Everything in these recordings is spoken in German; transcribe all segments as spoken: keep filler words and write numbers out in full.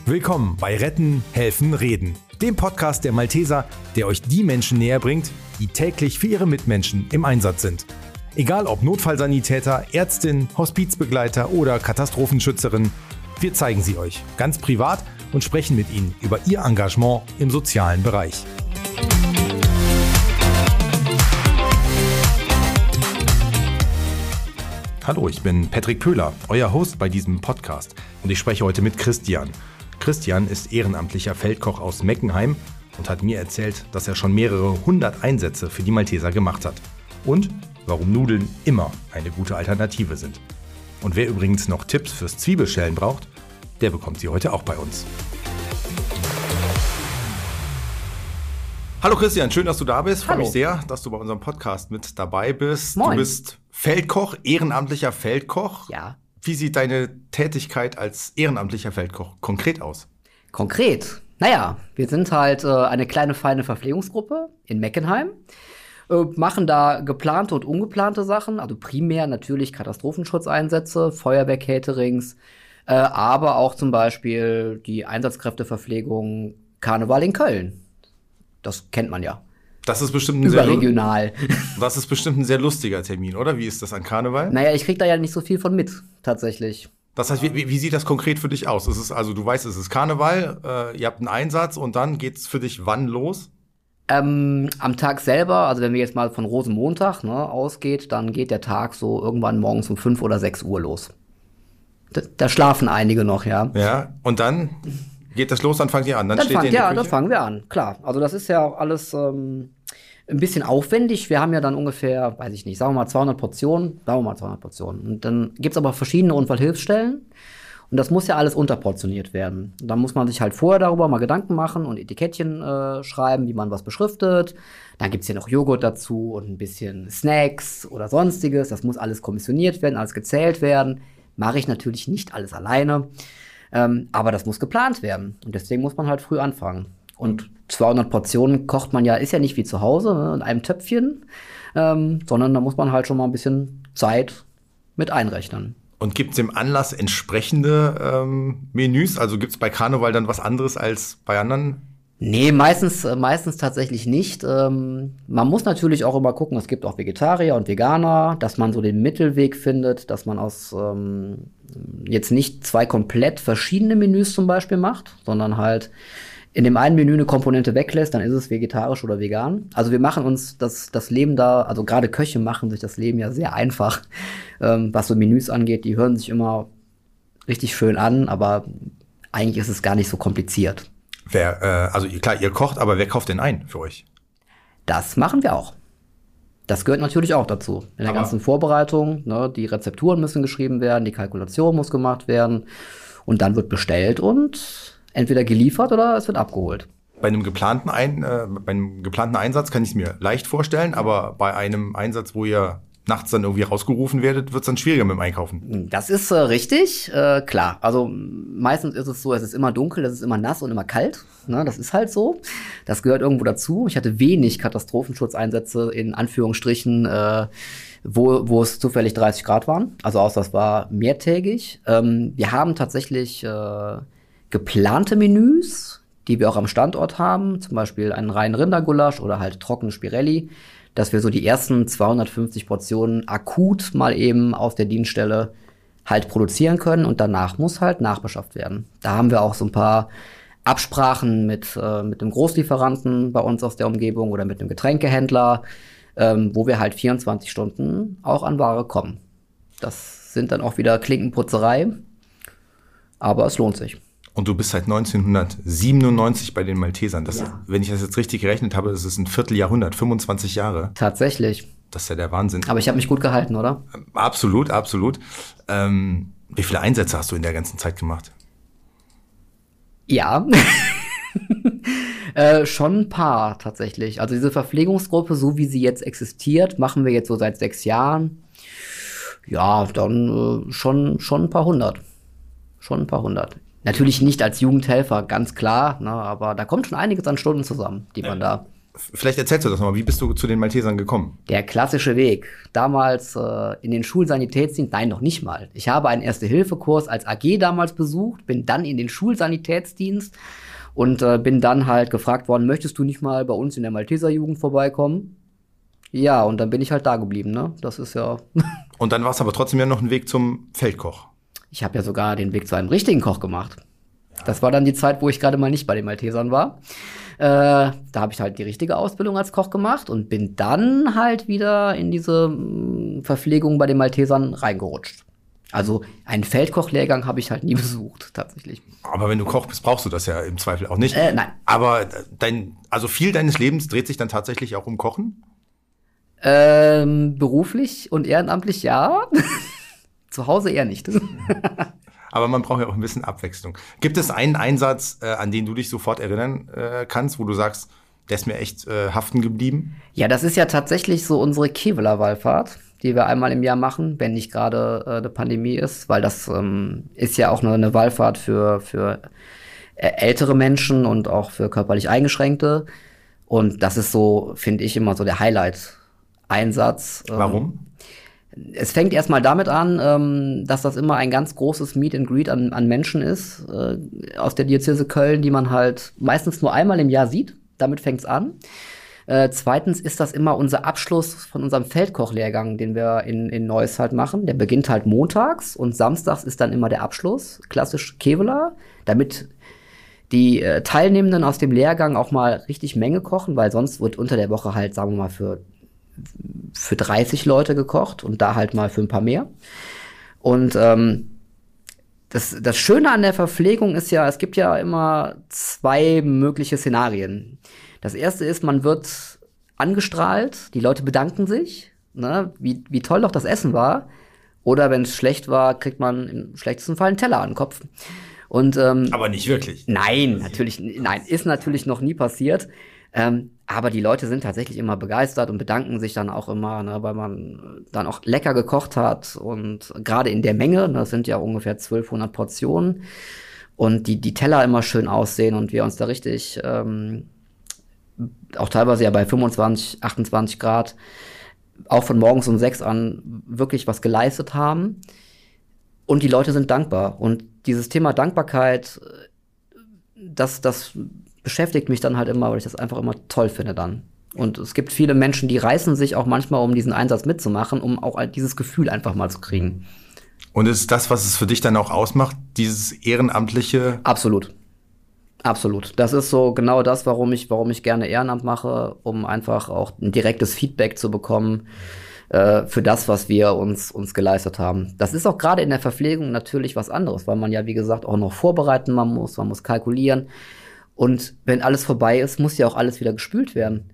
Willkommen bei Retten, Helfen, Reden, dem Podcast der Malteser, der euch die Menschen näher bringt, die täglich für ihre Mitmenschen im Einsatz sind. Egal ob Notfallsanitäter, Ärztin, Hospizbegleiter oder Katastrophenschützerin, wir zeigen sie euch ganz privat und sprechen mit ihnen über ihr Engagement im sozialen Bereich. Hallo, ich bin Patrick Pöhler, euer Host bei diesem Podcast und ich spreche heute mit Christian. Christian ist ehrenamtlicher Feldkoch aus Meckenheim und hat mir erzählt, dass er schon mehrere hundert Einsätze für die Malteser gemacht hat. Und warum Nudeln immer eine gute Alternative sind. Und wer übrigens noch Tipps fürs Zwiebelschälen braucht, der bekommt sie heute auch bei uns. Hallo Christian, schön, dass du da bist. Ich freue mich sehr, dass du bei unserem Podcast mit dabei bist. Moin. Du bist Feldkoch, ehrenamtlicher Feldkoch. Ja. Wie sieht deine Tätigkeit als ehrenamtlicher Feldkoch konkret aus? Konkret? Naja, wir sind halt äh, eine kleine, feine Verpflegungsgruppe in Meckenheim, äh, machen da geplante und ungeplante Sachen, also primär natürlich Katastrophenschutzeinsätze, Feuerwehr-Caterings, äh, aber auch zum Beispiel die Einsatzkräfteverpflegung Karneval in Köln. Das kennt man ja. Das ist bestimmt ein sehr, Überregional. das ist bestimmt ein sehr lustiger Termin, oder? Wie ist das an Karneval? Naja, ich krieg da ja nicht so viel von mit, tatsächlich. Das heißt, wie, wie sieht das konkret für dich aus? Es ist, also du weißt, es ist Karneval, äh, ihr habt einen Einsatz und dann geht's für dich wann los? Ähm, am Tag selber, also wenn wir jetzt mal von Rosenmontag ne, ausgeht, dann geht der Tag so irgendwann morgens um fünf oder sechs Uhr los. Da, da schlafen einige noch, ja. Ja, und dann geht das los, dann fangt ihr an. Dann, Dann steht fangt, ihr in der ja, Küche? dann fangen wir an, klar. Also das ist ja alles ähm, ein bisschen aufwendig. Wir haben ja dann ungefähr, weiß ich nicht, sagen wir mal zweihundert Portionen. Sagen wir mal zweihundert Portionen. Und dann gibt's aber verschiedene Unfallhilfsstellen. Und das muss ja alles unterportioniert werden. Und dann muss man sich halt vorher darüber mal Gedanken machen und Etikettchen äh, schreiben, wie man was beschriftet. Dann gibt's hier noch Joghurt dazu und ein bisschen Snacks oder sonstiges. Das muss alles kommissioniert werden, alles gezählt werden. Mache ich natürlich nicht alles alleine. Ähm, aber das muss geplant werden. Und deswegen muss man halt früh anfangen. Und zweihundert Portionen kocht man ja, ist ja nicht wie zu Hause, ne, in einem Töpfchen, ähm, sondern da muss man halt schon mal ein bisschen Zeit mit einrechnen. Und gibt's im Anlass entsprechende ähm, Menüs? Also gibt's bei Karneval dann was anderes als bei anderen? Nee, meistens, äh, meistens tatsächlich nicht. Ähm, man muss natürlich auch immer gucken, es gibt auch Vegetarier und Veganer, dass man so den Mittelweg findet, dass man aus ähm, jetzt nicht zwei komplett verschiedene Menüs zum Beispiel macht, sondern halt in dem einen Menü eine Komponente weglässt, dann ist es vegetarisch oder vegan. Also wir machen uns das, das Leben da, also gerade Köche machen sich das Leben ja sehr einfach, ähm, was so Menüs angeht. Die hören sich immer richtig schön an, aber eigentlich ist es gar nicht so kompliziert. Wer, äh, also klar, ihr kocht, aber wer kauft denn ein für euch? Das machen wir auch. Das gehört natürlich auch dazu. In der Aber ganzen Vorbereitung, ne, die Rezepturen müssen geschrieben werden, die Kalkulation muss gemacht werden und dann wird bestellt und entweder geliefert oder es wird abgeholt. Bei einem geplanten, ein, äh, bei einem geplanten Einsatz kann ich es mir leicht vorstellen, aber bei einem Einsatz, wo ihr nachts dann irgendwie rausgerufen werdet, wird es dann schwieriger mit dem Einkaufen. Das ist äh, richtig, äh, klar. Also meistens ist es so, es ist immer dunkel, es ist immer nass und immer kalt. Ne? Das ist halt so. Das gehört irgendwo dazu. Ich hatte wenig Katastrophenschutzeinsätze in Anführungsstrichen, äh, wo, wo es zufällig dreißig Grad waren. Also außer das war mehrtägig. Ähm, wir haben tatsächlich äh, geplante Menüs, die wir auch am Standort haben. Zum Beispiel einen reinen Rindergulasch oder halt trockene Spirelli, dass wir so die ersten zweihundertfünfzig Portionen akut mal eben aus der Dienststelle halt produzieren können und danach muss halt nachbeschafft werden. Da haben wir auch so ein paar Absprachen mit, äh, mit dem Großlieferanten bei uns aus der Umgebung oder mit einem Getränkehändler, ähm, wo wir halt vierundzwanzig Stunden auch an Ware kommen. Das sind dann auch wieder Klinkenputzerei, aber es lohnt sich. Und du bist seit neunzehnhundertsiebenundneunzig bei den Maltesern. Das, Ja. Wenn ich das jetzt richtig gerechnet habe, ist es ein Vierteljahrhundert, fünfundzwanzig Jahre. Tatsächlich. Das ist ja der Wahnsinn. Aber ich habe mich gut gehalten, oder? Absolut, absolut. Ähm, wie viele Einsätze hast du in der ganzen Zeit gemacht? Ja. äh, schon ein paar tatsächlich. Also diese Verpflegungsgruppe, so wie sie jetzt existiert, machen wir jetzt so seit sechs Jahren. Ja, dann äh, schon, schon ein paar hundert. Schon ein paar hundert. Natürlich nicht als Jugendhelfer, ganz klar, ne, aber da kommt schon einiges an Stunden zusammen, die man da Vielleicht erzählst du das nochmal, wie bist du zu den Maltesern gekommen? Der klassische Weg. Damals äh, in den Schulsanitätsdienst, nein, noch nicht mal. Ich habe einen Erste-Hilfe-Kurs als A G damals besucht, bin dann in den Schulsanitätsdienst und äh, bin dann halt gefragt worden, möchtest du nicht mal bei uns in der Malteser-Jugend vorbeikommen? Ja, und dann bin ich halt da geblieben, ne? Das ist ja... Und dann war es aber trotzdem ja noch ein Weg zum Feldkoch. Ich habe ja sogar den Weg zu einem richtigen Koch gemacht. Ja. Das war dann die Zeit, wo ich gerade mal nicht bei den Maltesern war. Äh, da habe ich halt die richtige Ausbildung als Koch gemacht und bin dann halt wieder in diese mh, Verpflegung bei den Maltesern reingerutscht. Also einen Feldkochlehrgang habe ich halt nie besucht, tatsächlich. Aber wenn du Koch bist, brauchst du das ja im Zweifel auch nicht. Äh, nein. Aber dein, also viel deines Lebens dreht sich dann tatsächlich auch um Kochen? Ähm, beruflich und ehrenamtlich ja. Zu Hause eher nicht. Aber man braucht ja auch ein bisschen Abwechslung. Gibt es einen Einsatz, äh, an den du dich sofort erinnern äh, kannst, wo du sagst, der ist mir echt äh, haften geblieben? Ja, das ist ja tatsächlich so unsere Kevela-Wallfahrt, die wir einmal im Jahr machen, wenn nicht gerade äh, eine Pandemie ist, weil das ähm, ist ja auch eine, eine Wallfahrt für, für äh, ältere Menschen und auch für körperlich Eingeschränkte. Und das ist so, finde ich, immer so der Highlight-Einsatz. Ähm, Warum? Es fängt erstmal damit an, ähm, dass das immer ein ganz großes Meet and Greet an, an Menschen ist, äh, aus der Diözese Köln, die man halt meistens nur einmal im Jahr sieht. Damit fängt's an. Äh, zweitens ist das immer unser Abschluss von unserem Feldkochlehrgang, den wir in, in Neuss halt machen. Der beginnt halt montags und samstags ist dann immer der Abschluss, klassisch Kevela, damit die äh, Teilnehmenden aus dem Lehrgang auch mal richtig Menge kochen, weil sonst wird unter der Woche halt, sagen wir mal, für für dreißig Leute gekocht und da halt mal für ein paar mehr. Und ähm, das, das Schöne an der Verpflegung ist ja, es gibt ja immer zwei mögliche Szenarien. Das erste ist, man wird angestrahlt, die Leute bedanken sich, ne, wie, wie toll doch das Essen war. Oder wenn es schlecht war, kriegt man im schlechtesten Fall einen Teller an den Kopf. Und, ähm, aber nicht wirklich. Nein, natürlich, nein, ist natürlich noch nie passiert. Ähm, aber die Leute sind tatsächlich immer begeistert und bedanken sich dann auch immer, ne, weil man dann auch lecker gekocht hat und gerade in der Menge, das sind ja ungefähr zwölfhundert Portionen und die, die Teller immer schön aussehen und wir uns da richtig, ähm, auch teilweise ja bei fünfundzwanzig, achtundzwanzig Grad, auch von morgens um sechs an wirklich was geleistet haben und die Leute sind dankbar und dieses Thema Dankbarkeit, das, das beschäftigt mich dann halt immer, weil ich das einfach immer toll finde dann. Und es gibt viele Menschen, die reißen sich auch manchmal, um diesen Einsatz mitzumachen, um auch dieses Gefühl einfach mal zu kriegen. Und ist das, was es für dich dann auch ausmacht, dieses ehrenamtliche? Absolut. Absolut. Das ist so genau das, warum ich, warum ich gerne Ehrenamt mache, um einfach auch ein direktes Feedback zu bekommen äh, für das, was wir uns, uns geleistet haben. Das ist auch gerade in der Verpflegung natürlich was anderes, weil man ja, wie gesagt, auch noch vorbereiten man muss, man muss kalkulieren. Und wenn alles vorbei ist, muss ja auch alles wieder gespült werden.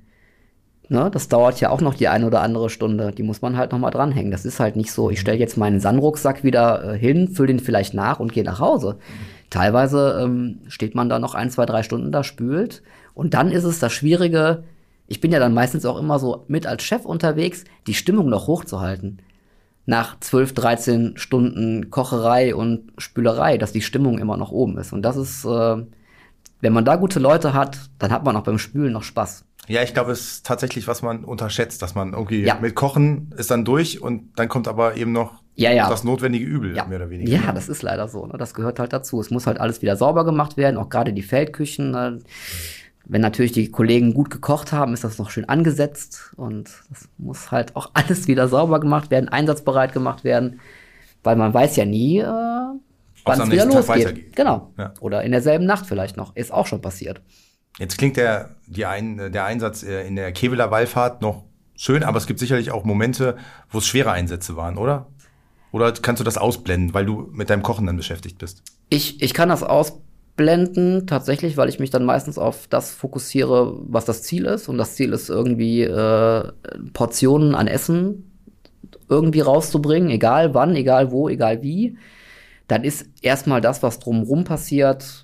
Ne? Das dauert ja auch noch die eine oder andere Stunde. Die muss man halt noch mal dranhängen. Das ist halt nicht so, ich stelle jetzt meinen Sandrucksack wieder äh, hin, fülle den vielleicht nach und gehe nach Hause. Mhm. Teilweise ähm, steht man da noch ein, zwei, drei Stunden da, spült. Und dann ist es das Schwierige, ich bin ja dann meistens auch immer so mit als Chef unterwegs, die Stimmung noch hochzuhalten. Nach zwölf, dreizehn Stunden Kocherei und Spülerei, dass die Stimmung immer noch oben ist. Und das ist... Äh, Wenn man da gute Leute hat, dann hat man auch beim Spülen noch Spaß. Ja, ich glaube, es ist tatsächlich, was man unterschätzt, dass man irgendwie ja. mit Kochen ist dann durch und dann kommt aber eben noch ja, ja. das notwendige Übel, ja. mehr oder weniger. Ja, das ist leider so. Ne? Das gehört halt dazu. Es muss halt alles wieder sauber gemacht werden, auch gerade die Feldküchen. Ne? Wenn natürlich die Kollegen gut gekocht haben, ist das noch schön angesetzt und das muss halt auch alles wieder sauber gemacht werden, einsatzbereit gemacht werden, weil man weiß ja nie, äh, wann es wieder losgeht. Genau. Ja. Oder in derselben Nacht vielleicht noch. Ist auch schon passiert. Jetzt klingt der, die ein, der Einsatz in der Kevela Wallfahrt noch schön, aber es gibt sicherlich auch Momente, wo es schwere Einsätze waren, oder? Oder kannst du das ausblenden, weil du mit deinem Kochen dann beschäftigt bist? Ich, ich kann das ausblenden, tatsächlich, weil ich mich dann meistens auf das fokussiere, was das Ziel ist. Und das Ziel ist irgendwie äh, Portionen an Essen irgendwie rauszubringen, egal wann, egal wo, egal wie. Dann ist erstmal das, was drumherum passiert,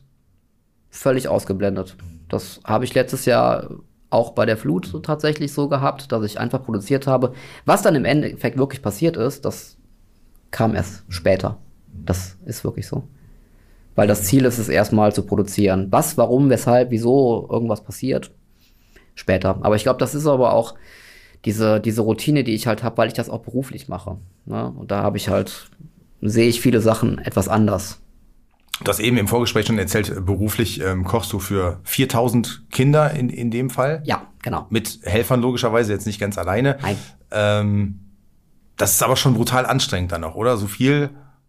völlig ausgeblendet. Das habe ich letztes Jahr auch bei der Flut so tatsächlich so gehabt, dass ich einfach produziert habe. Was dann im Endeffekt wirklich passiert ist, das kam erst später. Das ist wirklich so. Weil das Ziel ist es erstmal zu produzieren. Was, warum, weshalb, wieso irgendwas passiert, später. Aber ich glaube, das ist aber auch diese, diese Routine, die ich halt habe, weil ich das auch beruflich mache. Ne? Und da habe ich halt, sehe ich viele Sachen etwas anders. Du hast eben im Vorgespräch schon erzählt, beruflich ähm, kochst du für viertausend Kinder in, in dem Fall. Ja, genau. Mit Helfern logischerweise, jetzt nicht ganz alleine. Nein. Ähm, das ist aber schon brutal anstrengend dann noch, oder? So viel?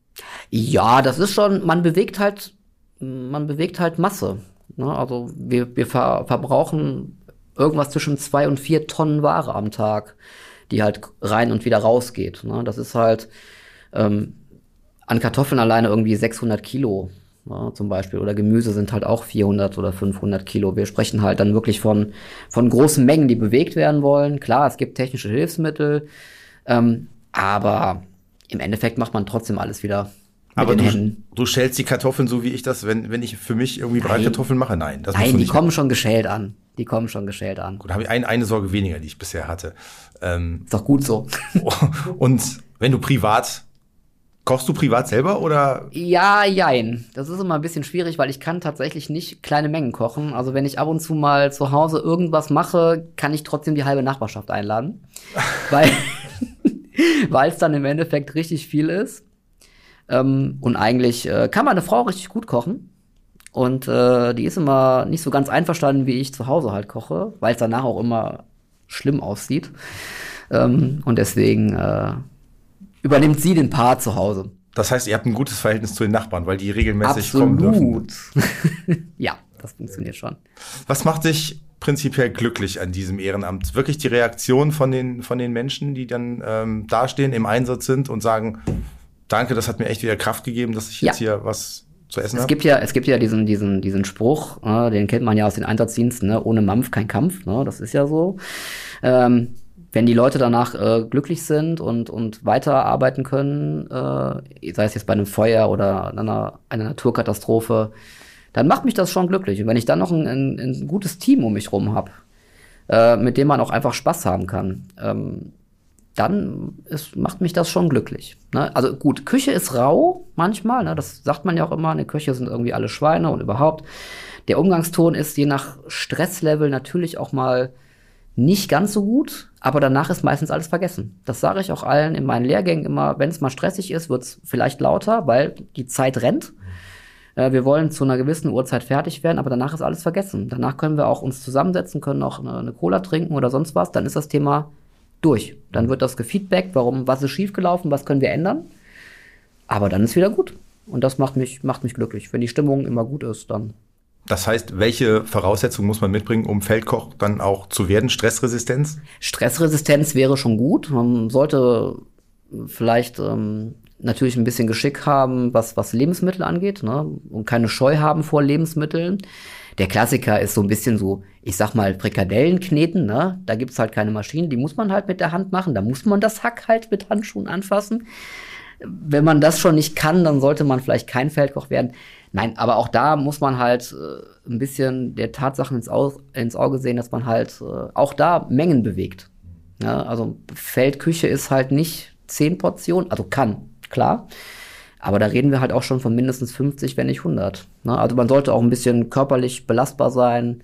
Ja, das ist schon, man bewegt halt, man bewegt halt Masse. Ne? Also wir, wir ver, verbrauchen irgendwas zwischen zwei und vier Tonnen Ware am Tag, die halt rein und wieder rausgeht. Ne? Das ist halt ähm, an Kartoffeln alleine irgendwie sechshundert Kilo, ja, zum Beispiel. Oder Gemüse sind halt auch vierhundert oder fünfhundert Kilo. Wir sprechen halt dann wirklich von, von großen Mengen, die bewegt werden wollen. Klar, es gibt technische Hilfsmittel, ähm, aber im Endeffekt macht man trotzdem alles wieder mit aber den du, Händen. du schälst die Kartoffeln so wie ich das, wenn, wenn ich für mich irgendwie Bratkartoffeln mache? Nein, das musst Nein, du die nicht. kommen schon geschält an. Die kommen schon geschält an. Gut, habe ich ein, eine Sorge weniger, die ich bisher hatte. Ähm, Ist doch gut so. und wenn du privat, kochst du privat selber oder? Ja, jein. Das ist immer ein bisschen schwierig, weil ich kann tatsächlich nicht kleine Mengen kochen. Also wenn ich ab und zu mal zu Hause irgendwas mache, kann ich trotzdem die halbe Nachbarschaft einladen. weil weil es dann im Endeffekt richtig viel ist. Ähm, und eigentlich äh, kann meine Frau richtig gut kochen. Und äh, die ist immer nicht so ganz einverstanden, wie ich zu Hause halt koche, weil es danach auch immer schlimm aussieht. Ähm, und deswegen äh, übernimmt sie den Part zu Hause. Das heißt, ihr habt ein gutes Verhältnis zu den Nachbarn, weil die regelmäßig kommen dürfen. Absolut. Ja, das funktioniert schon. Was macht dich prinzipiell glücklich an diesem Ehrenamt? Wirklich die Reaktion von den, von den Menschen, die dann ähm, dastehen, im Einsatz sind und sagen, danke, das hat mir echt wieder Kraft gegeben, dass ich jetzt Ja. hier was zu essen Es habe? gibt ja, es gibt ja diesen, diesen, diesen Spruch, äh, den kennt man ja aus den Einsatzdiensten, ne? Ohne Mampf kein Kampf, ne? Das ist ja so. Ähm, wenn die Leute danach äh, glücklich sind und, und weiterarbeiten können, äh, sei es jetzt bei einem Feuer oder einer, einer Naturkatastrophe, dann macht mich das schon glücklich. Und wenn ich dann noch ein, ein, ein gutes Team um mich rum habe, äh, mit dem man auch einfach Spaß haben kann, ähm, dann ist, macht mich das schon glücklich. Ne? Also gut, Küche ist rau manchmal, ne? Das sagt man ja auch immer, in der Küche sind irgendwie alle Schweine und überhaupt. Der Umgangston ist je nach Stresslevel natürlich auch mal nicht ganz so gut, aber danach ist meistens alles vergessen. Das sage ich auch allen in meinen Lehrgängen immer, wenn es mal stressig ist, wird es vielleicht lauter, weil die Zeit rennt. Äh, wir wollen zu einer gewissen Uhrzeit fertig werden, aber danach ist alles vergessen. Danach können wir auch uns zusammensetzen, können auch eine, eine Cola trinken oder sonst was, dann ist das Thema durch. Dann wird das gefeedbackt, warum, was ist schiefgelaufen, was können wir ändern. Aber dann ist wieder gut. Und das macht mich, macht mich glücklich. Wenn die Stimmung immer gut ist, dann. Das heißt, welche Voraussetzungen muss man mitbringen, um Feldkoch dann auch zu werden? Stressresistenz? Stressresistenz wäre schon gut. Man sollte vielleicht ähm, natürlich ein bisschen Geschick haben, was, was Lebensmittel angeht, ne? Und keine Scheu haben vor Lebensmitteln. Der Klassiker ist so ein bisschen so, ich sag mal, Frikadellen kneten, ne? Da gibt's halt keine Maschinen, die muss man halt mit der Hand machen. Da muss man das Hack halt mit Handschuhen anfassen. Wenn man das schon nicht kann, dann sollte man vielleicht kein Feldkoch werden. Nein, aber auch da muss man halt äh, ein bisschen der Tatsachen ins, Au- ins Auge sehen, dass man halt äh, auch da Mengen bewegt. Ja, also Feldküche ist halt nicht zehn Portionen, also kann, klar. Aber da reden wir halt auch schon von mindestens fünfzig, wenn nicht hundert. Ne? Also man sollte auch ein bisschen körperlich belastbar sein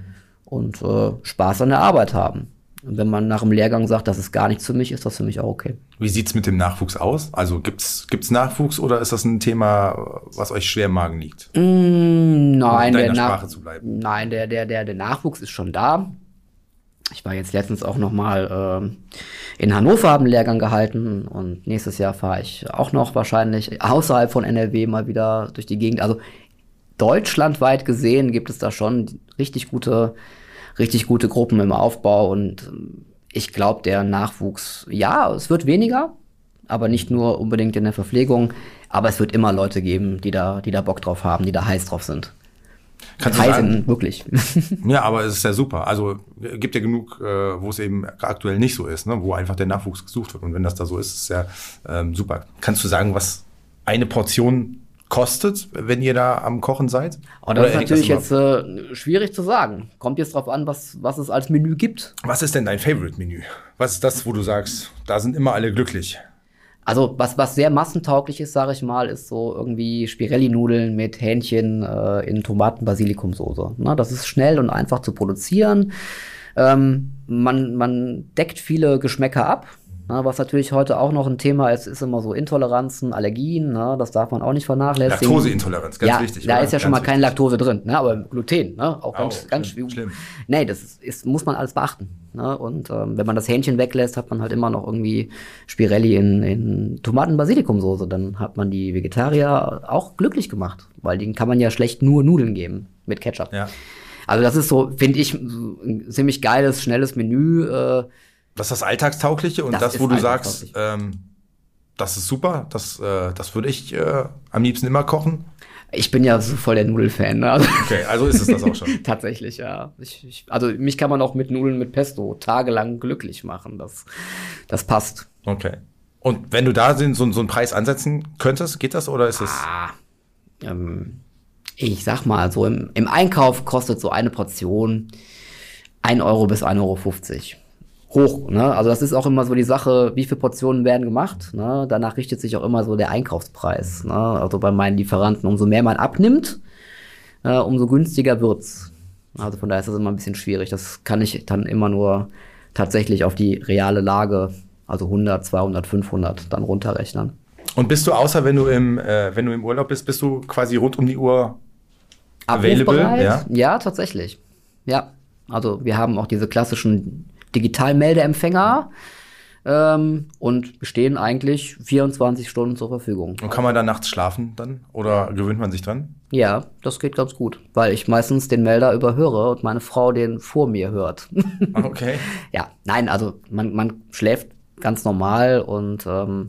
und äh, Spaß an der Arbeit haben. Und wenn man nach dem Lehrgang sagt, das ist gar nichts für mich, ist das für mich auch okay. Wie sieht's mit dem Nachwuchs aus? Also gibt's gibt's Nachwuchs oder ist das ein Thema, was euch schwer im Magen liegt? Mm, Um nein, in der, deiner Nach- Sprache zu bleiben. nein der, der, der, der Nachwuchs ist schon da. Ich war jetzt letztens auch noch mal äh, in Hannover, habe einen Lehrgang gehalten und nächstes Jahr fahre ich auch noch wahrscheinlich außerhalb von N R W mal wieder durch die Gegend. Also deutschlandweit gesehen gibt es da schon richtig gute, richtig gute Gruppen im Aufbau und ich glaube, der Nachwuchs, ja, es wird weniger, aber nicht nur unbedingt in der Verpflegung, aber es wird immer Leute geben, die da, die da Bock drauf haben, die da heiß drauf sind. Kannst du heiß sagen? in, wirklich. Ja, aber es ist ja super. Also gibt ja genug, äh, wo es eben aktuell nicht so ist, ne? Wo einfach der Nachwuchs gesucht wird. Und wenn das da so ist, ist es ja ähm, super. Kannst du sagen, was eine Portion kostet, wenn ihr da am Kochen seid? Oh, das Oder ist hängt natürlich immer- jetzt äh, schwierig zu sagen. Kommt jetzt drauf an, was, was es als Menü gibt. Was ist denn dein Favorite-Menü? Was ist das, wo du sagst, da sind immer alle glücklich? Also was, was sehr massentauglich ist, sage ich mal, ist so irgendwie Spirelli-Nudeln mit Hähnchen äh, in Tomaten-Basilikumsoße. Ne, das ist schnell und einfach zu produzieren. Ähm, man, man deckt viele Geschmäcker ab. Na, was natürlich heute auch noch ein Thema ist, ist immer so Intoleranzen, Allergien, ne? Das darf man auch nicht vernachlässigen. Laktoseintoleranz, ganz ja, wichtig. Da oder? ist ja schon ganz mal keine wichtig. Laktose drin, ne? Aber Gluten, ne? Auch ganz, oh, ganz schlimm, schlimm. Nee, das ist, ist, muss man alles beachten. Ne? Und ähm, wenn man das Hähnchen weglässt, hat man halt immer noch irgendwie Spirelli in, in Tomaten-Basilikumsoße. Dann hat man die Vegetarier auch glücklich gemacht, weil denen kann man ja schlecht nur Nudeln geben mit Ketchup. Ja. Also das ist so, finde ich, ein ziemlich geiles, schnelles Menü. Äh, Das ist das Alltagstaugliche und das, Das wo ist du sagst, ähm, das ist super, das, äh, das würde ich äh, am liebsten immer kochen. Ich bin ja so voll der Nudelfan. Ne? Also Okay, also ist es das auch schon. tatsächlich, ja. Ich, ich, also mich kann man auch mit Nudeln mit Pesto tagelang glücklich machen. Das, das passt. Okay. Und wenn du da sind, so, so einen Preis ansetzen könntest, geht das oder ist es? Ah, ähm, ich sag mal, so im, im Einkauf kostet so eine Portion ein Euro bis ein Euro fünfzig. Hoch, ne? Also das ist auch immer so die Sache, wie viele Portionen werden gemacht, ne? Danach richtet sich auch immer so der Einkaufspreis, ne? Also bei meinen Lieferanten, umso mehr man abnimmt, äh, umso günstiger wird's. Also von daher ist das immer ein bisschen schwierig. Das kann ich dann immer nur tatsächlich auf die reale Lage, also hundert, zweihundert, fünfhundert dann runterrechnen. Und bist du, außer wenn du im, äh, wenn du im Urlaub bist, bist du quasi rund um die Uhr available? Ja? Ja, tatsächlich. Ja, also wir haben auch diese klassischen Digitalmeldeempfänger ähm, und stehen eigentlich vierundzwanzig Stunden zur Verfügung. Und kann man da nachts schlafen dann? Oder gewöhnt man sich dran? Ja, das geht ganz gut, weil ich meistens den Melder überhöre und meine Frau den vor mir hört. Okay. Ja, nein, also man, man schläft ganz normal und ähm,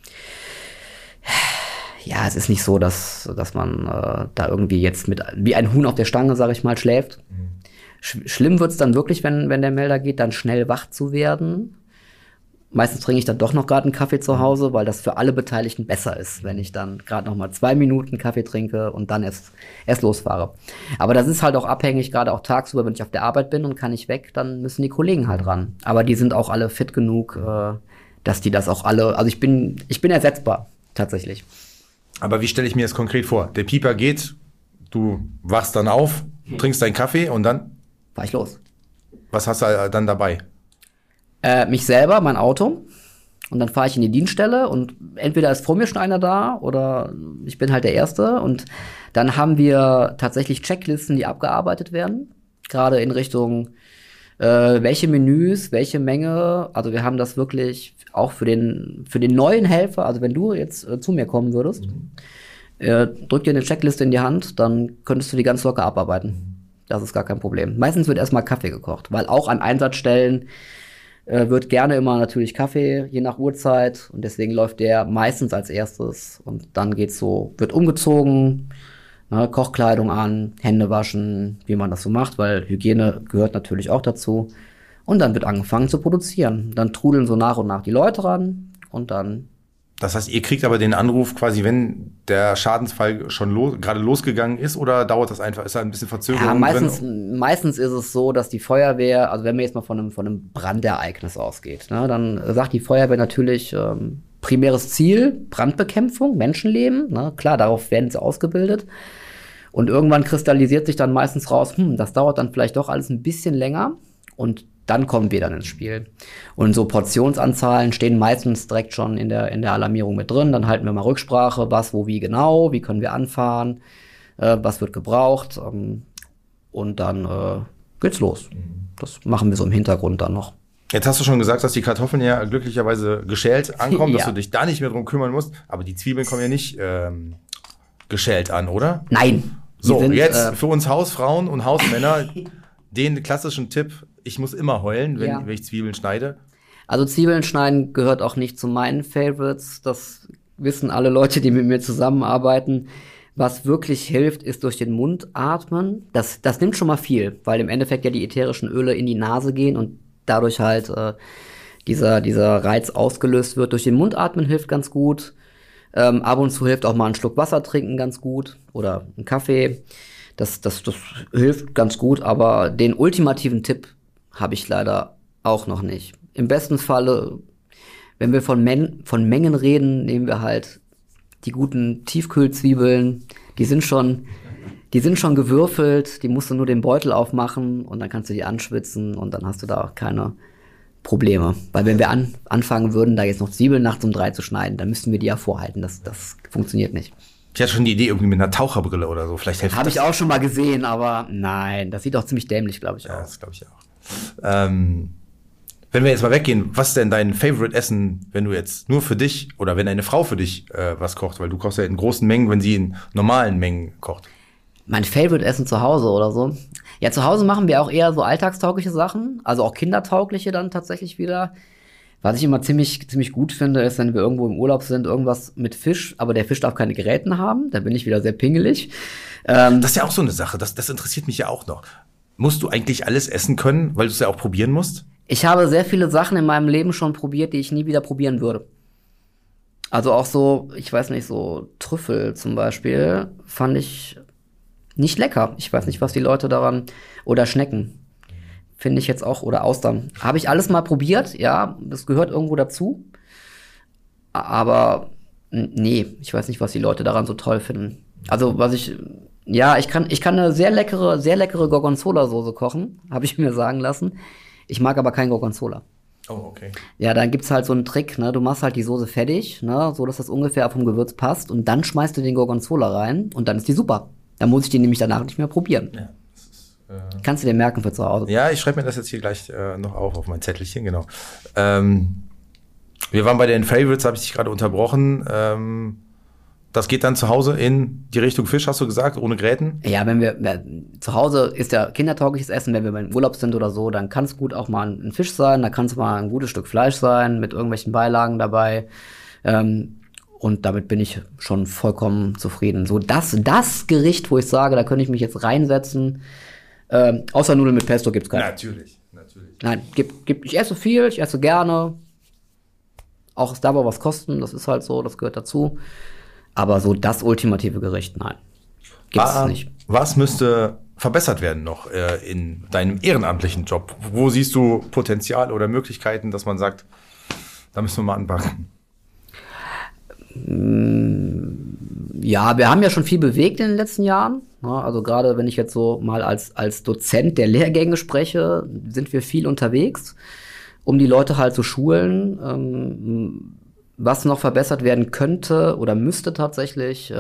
ja, es ist nicht so, dass, dass man äh, da irgendwie jetzt mit wie ein Huhn auf der Stange, sag ich mal, schläft. Mhm. Sch- schlimm wird's dann wirklich, wenn, wenn der Melder geht, dann schnell wach zu werden. Meistens trinke ich dann doch noch gerade einen Kaffee zu Hause, weil das für alle Beteiligten besser ist, wenn ich dann gerade noch mal zwei Minuten Kaffee trinke und dann erst, erst losfahre. Aber das ist halt auch abhängig, gerade auch tagsüber, wenn ich auf der Arbeit bin und kann nicht weg, dann müssen die Kollegen halt ran. Aber die sind auch alle fit genug, äh, dass die das auch alle, also ich bin, ich bin ersetzbar, tatsächlich. Aber wie stelle ich mir das konkret vor? Der Pieper geht, du wachst dann auf, trinkst deinen Kaffee und dann? Fahr ich los. Was hast du dann dabei? Äh, mich selber, mein Auto. Und dann fahre ich in die Dienststelle und entweder ist vor mir schon einer da oder ich bin halt der Erste. Und dann haben wir tatsächlich Checklisten, die abgearbeitet werden. Gerade in Richtung, äh, welche Menüs, welche Menge. Also wir haben das wirklich auch für den, für den neuen Helfer. Also wenn du jetzt äh, zu mir kommen würdest, mhm. äh, drück dir eine Checkliste in die Hand, dann könntest du die ganz locker abarbeiten. Das ist gar kein Problem. Meistens wird erstmal Kaffee gekocht, weil auch an Einsatzstellen äh, wird gerne immer natürlich Kaffee, je nach Uhrzeit. Und deswegen läuft der meistens als erstes. Und dann geht's so, wird umgezogen, ne, Kochkleidung an, Hände waschen, wie man das so macht, weil Hygiene gehört natürlich auch dazu. Und dann wird angefangen zu produzieren. Dann trudeln so nach und nach die Leute ran und dann. Das heißt, ihr kriegt aber den Anruf quasi, wenn der Schadensfall schon los, gerade losgegangen ist, oder dauert das einfach? Ist da ein bisschen Verzögerung ja, meistens, drin? Meistens ist es so, dass die Feuerwehr, also wenn man jetzt mal von einem, von einem Brandereignis ausgeht, ne, dann sagt die Feuerwehr natürlich, ähm, primäres Ziel, Brandbekämpfung, Menschenleben. Ne, klar, darauf werden sie ausgebildet. Und irgendwann kristallisiert sich dann meistens raus, hm, das dauert dann vielleicht doch alles ein bisschen länger. Und dann kommen wir dann ins Spiel. Und so Portionsanzahlen stehen meistens direkt schon in der, in der Alarmierung mit drin. Dann halten wir mal Rücksprache, was, wo, wie genau, wie können wir anfahren, äh, was wird gebraucht. Ähm, und dann äh, geht's los. Das machen wir so im Hintergrund dann noch. Jetzt hast du schon gesagt, dass die Kartoffeln ja glücklicherweise geschält ankommen, Ja. dass du dich da nicht mehr drum kümmern musst. Aber die Zwiebeln kommen ja nicht ähm, geschält an, oder? Nein. die So, sind, jetzt äh, für uns Hausfrauen und Hausmänner den klassischen Tipp, ich muss immer heulen, wenn, Ja. wenn ich Zwiebeln schneide. Also Zwiebeln schneiden gehört auch nicht zu meinen Favorites. Das wissen alle Leute, die mit mir zusammenarbeiten. Was wirklich hilft, ist durch den Mund atmen. Das, das nimmt schon mal viel, weil im Endeffekt ja die ätherischen Öle in die Nase gehen und dadurch halt äh, dieser, dieser Reiz ausgelöst wird. Durch den Mund atmen hilft ganz gut. Ähm, ab und zu hilft auch mal ein Schluck Wasser trinken ganz gut oder einen Kaffee. Das, das, das hilft ganz gut, aber den ultimativen Tipp habe ich leider auch noch nicht. Im besten Falle, wenn wir von, Men- von Mengen reden, nehmen wir halt die guten Tiefkühlzwiebeln. Die sind schon, Die sind schon gewürfelt, die musst du nur den Beutel aufmachen und dann kannst du die anschwitzen und dann hast du da auch keine Probleme. Weil wenn wir an, anfangen würden, da jetzt noch Zwiebeln nachts um drei zu schneiden, dann müssten wir die ja vorhalten. Das, das funktioniert nicht. Ich hatte schon die Idee irgendwie mit einer Taucherbrille oder so. Vielleicht hilft das. Habe ich auch schon mal gesehen, aber nein, das sieht doch ziemlich dämlich, glaube ich, ja, aus. Das glaube ich auch. Ähm, wenn wir jetzt mal weggehen, was ist denn dein Favorite-Essen, wenn du jetzt nur für dich oder wenn eine Frau für dich äh, was kocht? Weil du kochst ja in großen Mengen, wenn sie in normalen Mengen kocht. Mein Favorite-Essen zu Hause oder so? Ja, zu Hause machen wir auch eher so alltagstaugliche Sachen, also auch kindertaugliche dann tatsächlich wieder. Was ich immer ziemlich ziemlich gut finde, ist, wenn wir irgendwo im Urlaub sind, irgendwas mit Fisch, aber der Fisch darf keine Gräten haben, da bin ich wieder sehr pingelig. Ähm, das ist ja auch so eine Sache, das, das interessiert mich ja auch noch. Musst du eigentlich alles essen können, weil du es ja auch probieren musst? Ich habe sehr viele Sachen in meinem Leben schon probiert, die ich nie wieder probieren würde. Also auch so, ich weiß nicht, so Trüffel zum Beispiel fand ich nicht lecker. Ich weiß nicht, was die Leute daran, oder Schnecken, finde ich jetzt auch, oder Austern. Habe ich alles mal probiert, ja, das gehört irgendwo dazu. Aber nee, ich weiß nicht, was die Leute daran so toll finden. Also was ich, ja, ich kann, ich kann eine sehr leckere, sehr leckere Gorgonzola-Soße kochen, habe ich mir sagen lassen. Ich mag aber kein Gorgonzola. Oh, okay. Ja, dann gibt's halt so einen Trick, ne, du machst halt die Soße fertig, ne, so dass das ungefähr vom Gewürz passt und dann schmeißt du den Gorgonzola rein und dann ist die super. Dann muss ich die nämlich danach nicht mehr probieren. Ja, das ist, äh Kannst du dir merken für zu Hause? Ja, ich schreibe mir das jetzt hier gleich äh, noch auf, auf mein Zettelchen, genau. Ähm, wir waren bei den Favorites, habe ich dich gerade unterbrochen. Ähm, das geht dann zu Hause in die Richtung Fisch, hast du gesagt, ohne Gräten? Ja, wenn wir, ja, zu Hause ist ja kindertaugliches Essen, wenn wir im Urlaub sind oder so, dann kann es gut auch mal ein Fisch sein, da kann es mal ein gutes Stück Fleisch sein, mit irgendwelchen Beilagen dabei. Ähm, Und damit bin ich schon vollkommen zufrieden. So das, das Gericht, wo ich sage, da könnte ich mich jetzt reinsetzen. Ähm, außer Nudeln mit Pesto gibt's keinen. Natürlich, natürlich. Nein, gibt, gibt, ich esse viel, ich esse gerne. Auch es darf aber was kosten, das ist halt so, das gehört dazu. Aber so das ultimative Gericht, nein, gibt's was, nicht. Was müsste verbessert werden noch äh, in deinem ehrenamtlichen Job? Wo siehst du Potenzial oder Möglichkeiten, dass man sagt, da müssen wir mal anpacken? Ja, wir haben ja schon viel bewegt in den letzten Jahren. Also gerade wenn ich jetzt so mal als, als Dozent der Lehrgänge spreche, sind wir viel unterwegs, um die Leute halt zu schulen. Was noch verbessert werden könnte oder müsste tatsächlich,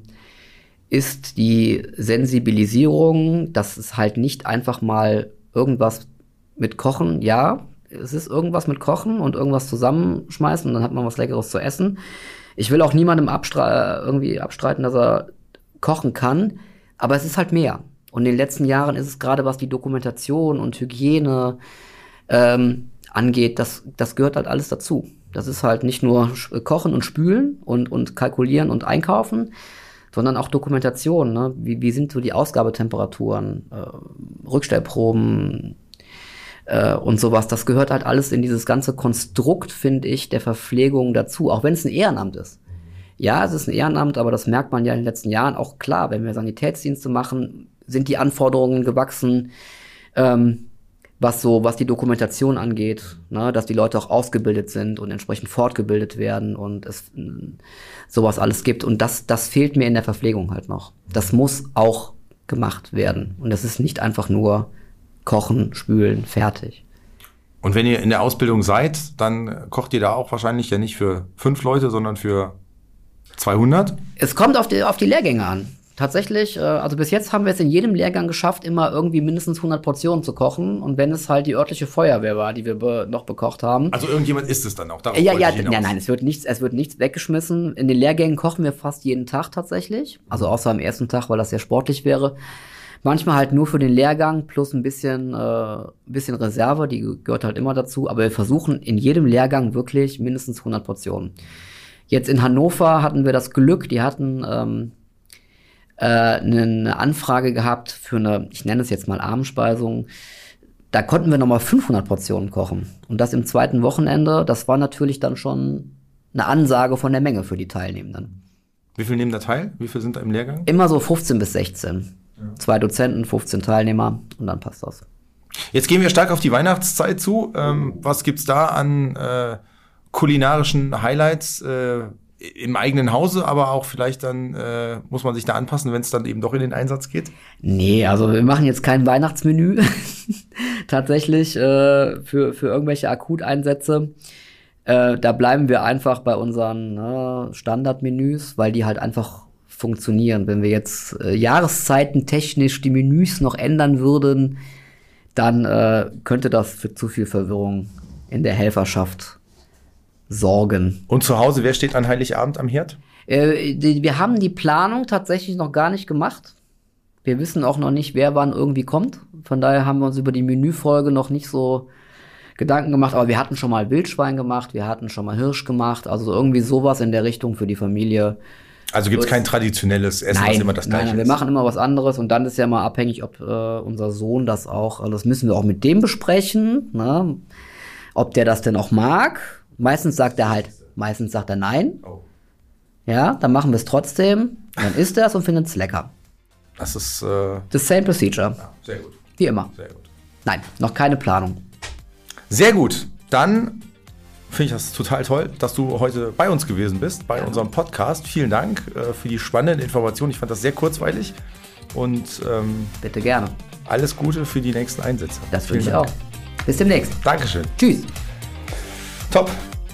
ist die Sensibilisierung, dass es halt nicht einfach mal irgendwas mit Kochen, ja, es ist irgendwas mit Kochen und irgendwas zusammenschmeißen und dann hat man was Leckeres zu essen. Ich will auch niemandem abstre- irgendwie abstreiten, dass er kochen kann, aber es ist halt mehr. Und in den letzten Jahren ist es gerade, was die Dokumentation und Hygiene ähm, angeht, das, das gehört halt alles dazu. Das ist halt nicht nur Kochen und Spülen und, und Kalkulieren und Einkaufen, sondern auch Dokumentation. Ne? Wie, wie sind so die Ausgabetemperaturen, äh, Rückstellproben, und sowas, das gehört halt alles in dieses ganze Konstrukt, finde ich, der Verpflegung dazu, auch wenn es ein Ehrenamt ist. Ja, es ist ein Ehrenamt, aber das merkt man ja in den letzten Jahren auch klar, wenn wir Sanitätsdienste machen, sind die Anforderungen gewachsen, ähm, was so, was die Dokumentation angeht, ne, dass die Leute auch ausgebildet sind und entsprechend fortgebildet werden und es äh, sowas alles gibt. Und das, das fehlt mir in der Verpflegung halt noch. Das muss auch gemacht werden. Und das ist nicht einfach nur Kochen, Spülen, fertig. Und wenn ihr in der Ausbildung seid, dann kocht ihr da auch wahrscheinlich ja nicht für fünf Leute, sondern für zweihundert? Es kommt auf die, auf die Lehrgänge an. Tatsächlich, also bis jetzt haben wir es in jedem Lehrgang geschafft, immer irgendwie mindestens hundert Portionen zu kochen. Und wenn es halt die örtliche Feuerwehr war, die wir be- noch bekocht haben. Also irgendjemand isst es dann auch? Darauf ja, ja, ja, nein, es wird nichts, es wird nichts weggeschmissen. In den Lehrgängen kochen wir fast jeden Tag tatsächlich. Also außer am ersten Tag, weil das sehr sportlich wäre. Manchmal halt nur für den Lehrgang plus ein bisschen, äh, ein bisschen Reserve, die gehört halt immer dazu. Aber wir versuchen in jedem Lehrgang wirklich mindestens hundert Portionen. Jetzt in Hannover hatten wir das Glück, die hatten ähm, äh, eine Anfrage gehabt für eine, ich nenne es jetzt mal Abendspeisung. Da konnten wir nochmal fünfhundert Portionen kochen. Und das im zweiten Wochenende, das war natürlich dann schon eine Ansage von der Menge für die Teilnehmenden. Wie viel nehmen da teil? Wie viel sind da im Lehrgang? Immer so fünfzehn bis sechzehn. Ja. Zwei Dozenten, fünfzehn Teilnehmer und dann passt das. Jetzt gehen wir stark auf die Weihnachtszeit zu. Ähm, was gibt's da an äh, kulinarischen Highlights? Äh, im eigenen Hause, aber auch vielleicht dann äh, muss man sich da anpassen, wenn es dann eben doch in den Einsatz geht? Nee, also wir machen jetzt kein Weihnachtsmenü tatsächlich äh, für, für irgendwelche Akuteinsätze. Äh, da bleiben wir einfach bei unseren äh, Standardmenüs, weil die halt einfach funktionieren. Wenn wir jetzt äh, jahreszeitentechnisch die Menüs noch ändern würden, dann äh, könnte das für zu viel Verwirrung in der Helferschaft sorgen. Und zu Hause, wer steht an Heiligabend am Herd? Äh, die, wir haben die Planung tatsächlich noch gar nicht gemacht. Wir wissen auch noch nicht, wer wann irgendwie kommt. Von daher haben wir uns über die Menüfolge noch nicht so Gedanken gemacht. Aber wir hatten schon mal Wildschwein gemacht, wir hatten schon mal Hirsch gemacht. Also irgendwie sowas in der Richtung für die Familie. Also gibt es kein traditionelles Essen, nein, was immer das gleiche nein, nein, wir ist? Wir machen immer was anderes. Und dann ist ja mal abhängig, ob äh, unser Sohn das auch, also das müssen wir auch mit dem besprechen, ne? Ob der das denn auch mag. Meistens sagt er halt, meistens sagt er nein. Oh. Ja, dann machen wir es trotzdem. Dann isst er es und findet es lecker. Das ist äh, The same procedure. ja, sehr gut. Wie immer. Sehr gut. Nein, noch keine Planung. Sehr gut. Dann finde ich das total toll, dass du heute bei uns gewesen bist, bei ja. unserem Podcast. Vielen Dank äh, für die spannenden Informationen. Ich fand das sehr kurzweilig. Und ähm, bitte gerne. Alles Gute für die nächsten Einsätze. Das wünsche ich auch. Bis demnächst. Dankeschön. Tschüss. Top.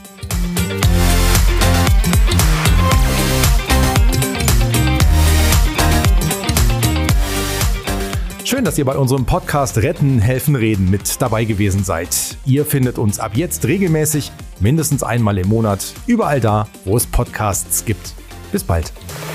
Schön, dass ihr bei unserem Podcast Retten, Helfen, Reden mit dabei gewesen seid. Ihr findet uns ab jetzt regelmäßig, mindestens einmal im Monat, überall da, wo es Podcasts gibt. Bis bald.